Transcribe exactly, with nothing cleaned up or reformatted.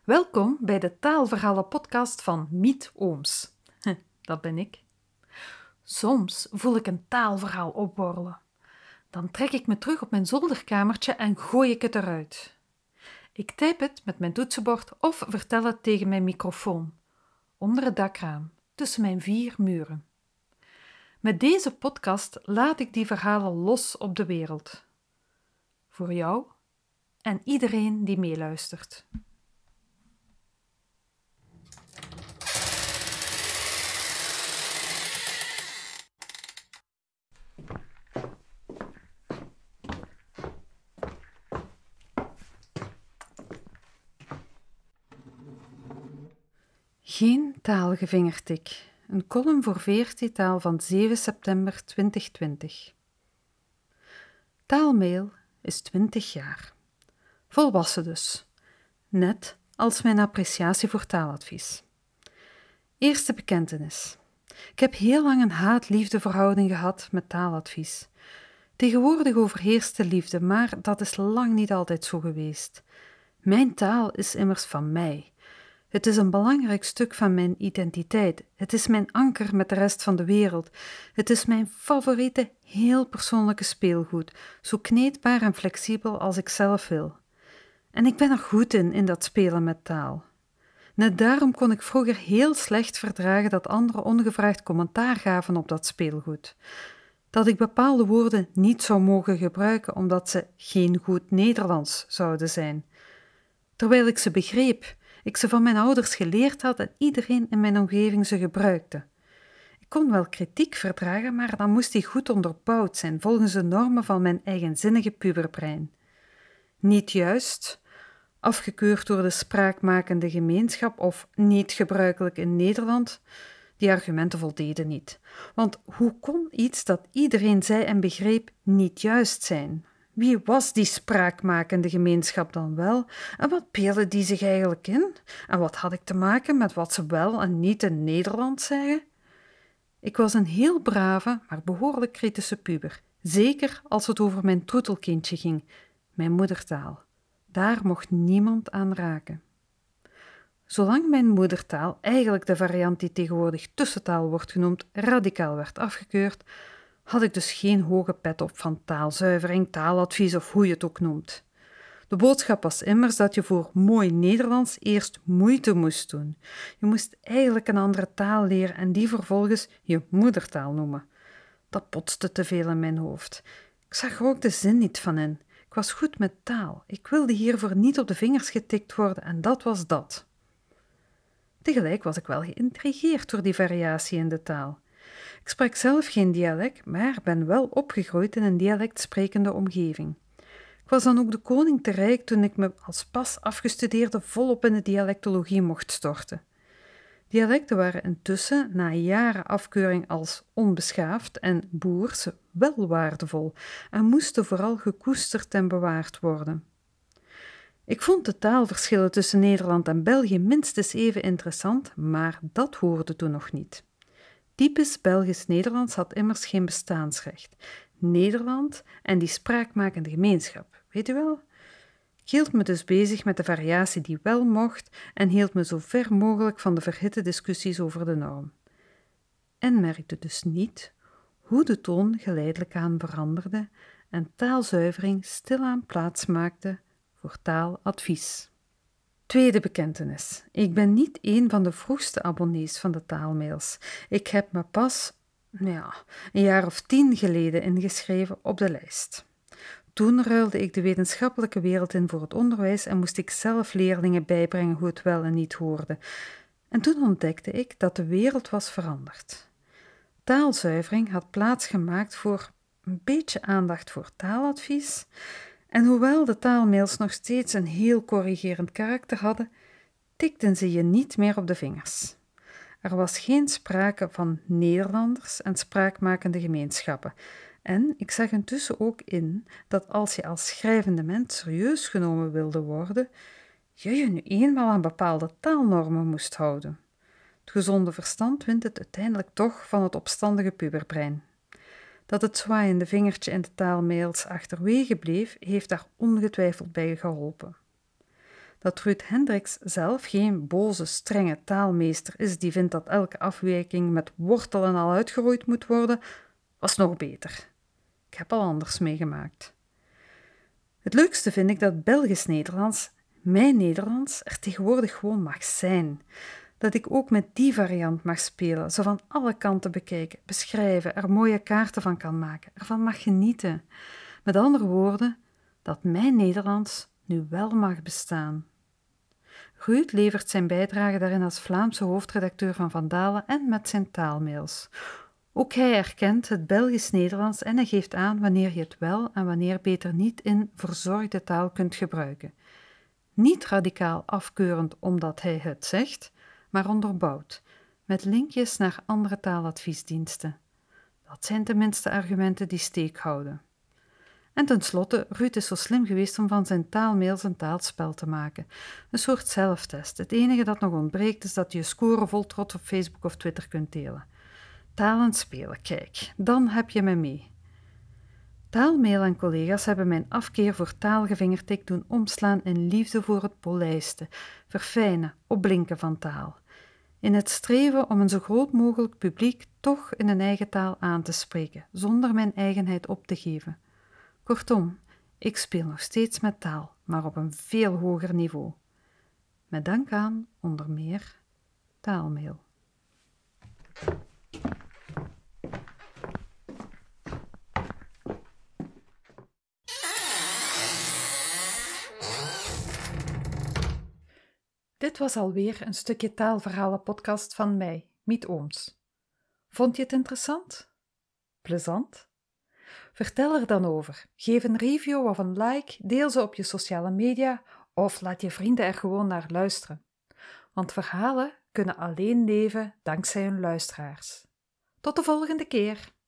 Welkom bij de taalverhalen-podcast van Miet Ooms. Dat ben ik. Soms voel ik een taalverhaal opborrelen. Dan trek ik me terug op mijn zolderkamertje en gooi ik het eruit. Ik typ het met mijn toetsenbord of vertel het tegen mijn microfoon, onder het dakraam, tussen mijn vier muren. Met deze podcast laat ik die verhalen los op de wereld. Voor jou en iedereen die meeluistert. Geen taalgevingertik. Een column voor V R T Taal van zeven september twintig twintig. Taalmail is twintig jaar. Volwassen dus. Net als mijn appreciatie voor taaladvies. Eerste bekentenis. Ik heb heel lang een haat-liefde verhouding gehad met taaladvies. Tegenwoordig overheerst de liefde, maar dat is lang niet altijd zo geweest. Mijn taal is immers van mij. Het is een belangrijk stuk van mijn identiteit. Het is mijn anker met de rest van de wereld. Het is mijn favoriete, heel persoonlijke speelgoed, zo kneedbaar en flexibel als ik zelf wil. En ik ben er goed in, in dat spelen met taal. Net daarom kon ik vroeger heel slecht verdragen dat anderen ongevraagd commentaar gaven op dat speelgoed. Dat ik bepaalde woorden niet zou mogen gebruiken omdat ze geen goed Nederlands zouden zijn. Terwijl ik ze begreep, ik ze van mijn ouders geleerd had en iedereen in mijn omgeving ze gebruikte. Ik kon wel kritiek verdragen, maar dan moest die goed onderbouwd zijn volgens de normen van mijn eigenzinnige puberbrein. Niet juist, afgekeurd door de spraakmakende gemeenschap of niet gebruikelijk in Nederland, die argumenten voldeden niet. Want hoe kon iets dat iedereen zei en begreep niet juist zijn? Wie was die spraakmakende gemeenschap dan wel? En wat peelde die zich eigenlijk in? En wat had ik te maken met wat ze wel en niet in Nederland zeggen? Ik was een heel brave, maar behoorlijk kritische puber. Zeker als het over mijn troetelkindje ging, mijn moedertaal. Daar mocht niemand aan raken. Zolang mijn moedertaal, eigenlijk de variant die tegenwoordig tussentaal wordt genoemd, radicaal werd afgekeurd, had ik dus geen hoge pet op van taalzuivering, taaladvies of hoe je het ook noemt. De boodschap was immers dat je voor mooi Nederlands eerst moeite moest doen. Je moest eigenlijk een andere taal leren en die vervolgens je moedertaal noemen. Dat potste te veel in mijn hoofd. Ik zag er ook de zin niet van in. Ik was goed met taal. Ik wilde hiervoor niet op de vingers getikt worden en dat was dat. Tegelijk was ik wel geïntrigeerd door die variatie in de taal. Ik sprak zelf geen dialect, maar ben wel opgegroeid in een dialectsprekende omgeving. Ik was dan ook de koning te rijk toen ik me als pas afgestudeerde volop in de dialectologie mocht storten. Dialecten waren intussen, na jaren afkeuring als onbeschaafd en boers, wel waardevol en moesten vooral gekoesterd en bewaard worden. Ik vond de taalverschillen tussen Nederland en België minstens even interessant, maar dat hoorde toen nog niet. Typisch Belgisch-Nederlands had immers geen bestaansrecht. Nederland en die spraakmakende gemeenschap, weet u wel? Ik hield me dus bezig met de variatie die wel mocht en hield me zo ver mogelijk van de verhitte discussies over de norm. En merkte dus niet hoe de toon geleidelijk aan veranderde en taalzuivering stilaan plaats maakte voor taaladvies. Tweede bekentenis. Ik ben niet een van de vroegste abonnees van de taalmails. Ik heb me pas, ja, een jaar of tien geleden ingeschreven op de lijst. Toen ruilde ik de wetenschappelijke wereld in voor het onderwijs en moest ik zelf leerlingen bijbrengen hoe het wel en niet hoorde. En toen ontdekte ik dat de wereld was veranderd. Taalzuivering had plaatsgemaakt voor een beetje aandacht voor taaladvies. En hoewel de taalmails nog steeds een heel corrigerend karakter hadden, tikten ze je niet meer op de vingers. Er was geen sprake van Nederlanders en spraakmakende gemeenschappen. En ik zag intussen ook in dat als je als schrijvende mens serieus genomen wilde worden, je je nu eenmaal aan bepaalde taalnormen moest houden. Het gezonde verstand wint het uiteindelijk toch van het opstandige puberbrein. Dat het zwaaiende vingertje in de taalmails achterwege bleef, heeft daar ongetwijfeld bij geholpen. Dat Ruud Hendricks zelf geen boze, strenge taalmeester is die vindt dat elke afwijking met wortel en al uitgeroeid moet worden, was nog beter. Ik heb al anders meegemaakt. Het leukste vind ik dat Belgisch-Nederlands, mijn Nederlands, er tegenwoordig gewoon mag zijn. Dat ik ook met die variant mag spelen, zo van alle kanten bekijken, beschrijven, er mooie kaarten van kan maken, ervan mag genieten. Met andere woorden, dat mijn Nederlands nu wel mag bestaan. Ruud levert zijn bijdrage daarin als Vlaamse hoofdredacteur van Van Dalen en met zijn taalmails. Ook hij erkent het Belgisch-Nederlands en hij geeft aan wanneer je het wel en wanneer beter niet in verzorgde taal kunt gebruiken. Niet radicaal afkeurend omdat hij het zegt, maar onderbouwd, met linkjes naar andere taaladviesdiensten. Dat zijn tenminste argumenten die steek houden. En tenslotte, Ruud is zo slim geweest om van zijn taalmails een taalspel te maken. Een soort zelftest. Het enige dat nog ontbreekt is dat je je score vol trots op Facebook of Twitter kunt delen. Talen spelen, kijk, dan heb je me mee. Taalmail en collega's hebben mijn afkeer voor taalgevingertik doen omslaan in liefde voor het polijsten, verfijnen, opblinken van taal. In het streven om een zo groot mogelijk publiek toch in een eigen taal aan te spreken, zonder mijn eigenheid op te geven. Kortom, ik speel nog steeds met taal, maar op een veel hoger niveau. Met dank aan, onder meer, Taalmail. Dit was alweer een stukje taalverhalen-podcast van mij, Miet Ooms. Vond je het interessant? Plezant? Vertel er dan over. Geef een review of een like, deel ze op je sociale media of laat je vrienden er gewoon naar luisteren. Want verhalen kunnen alleen leven dankzij hun luisteraars. Tot de volgende keer!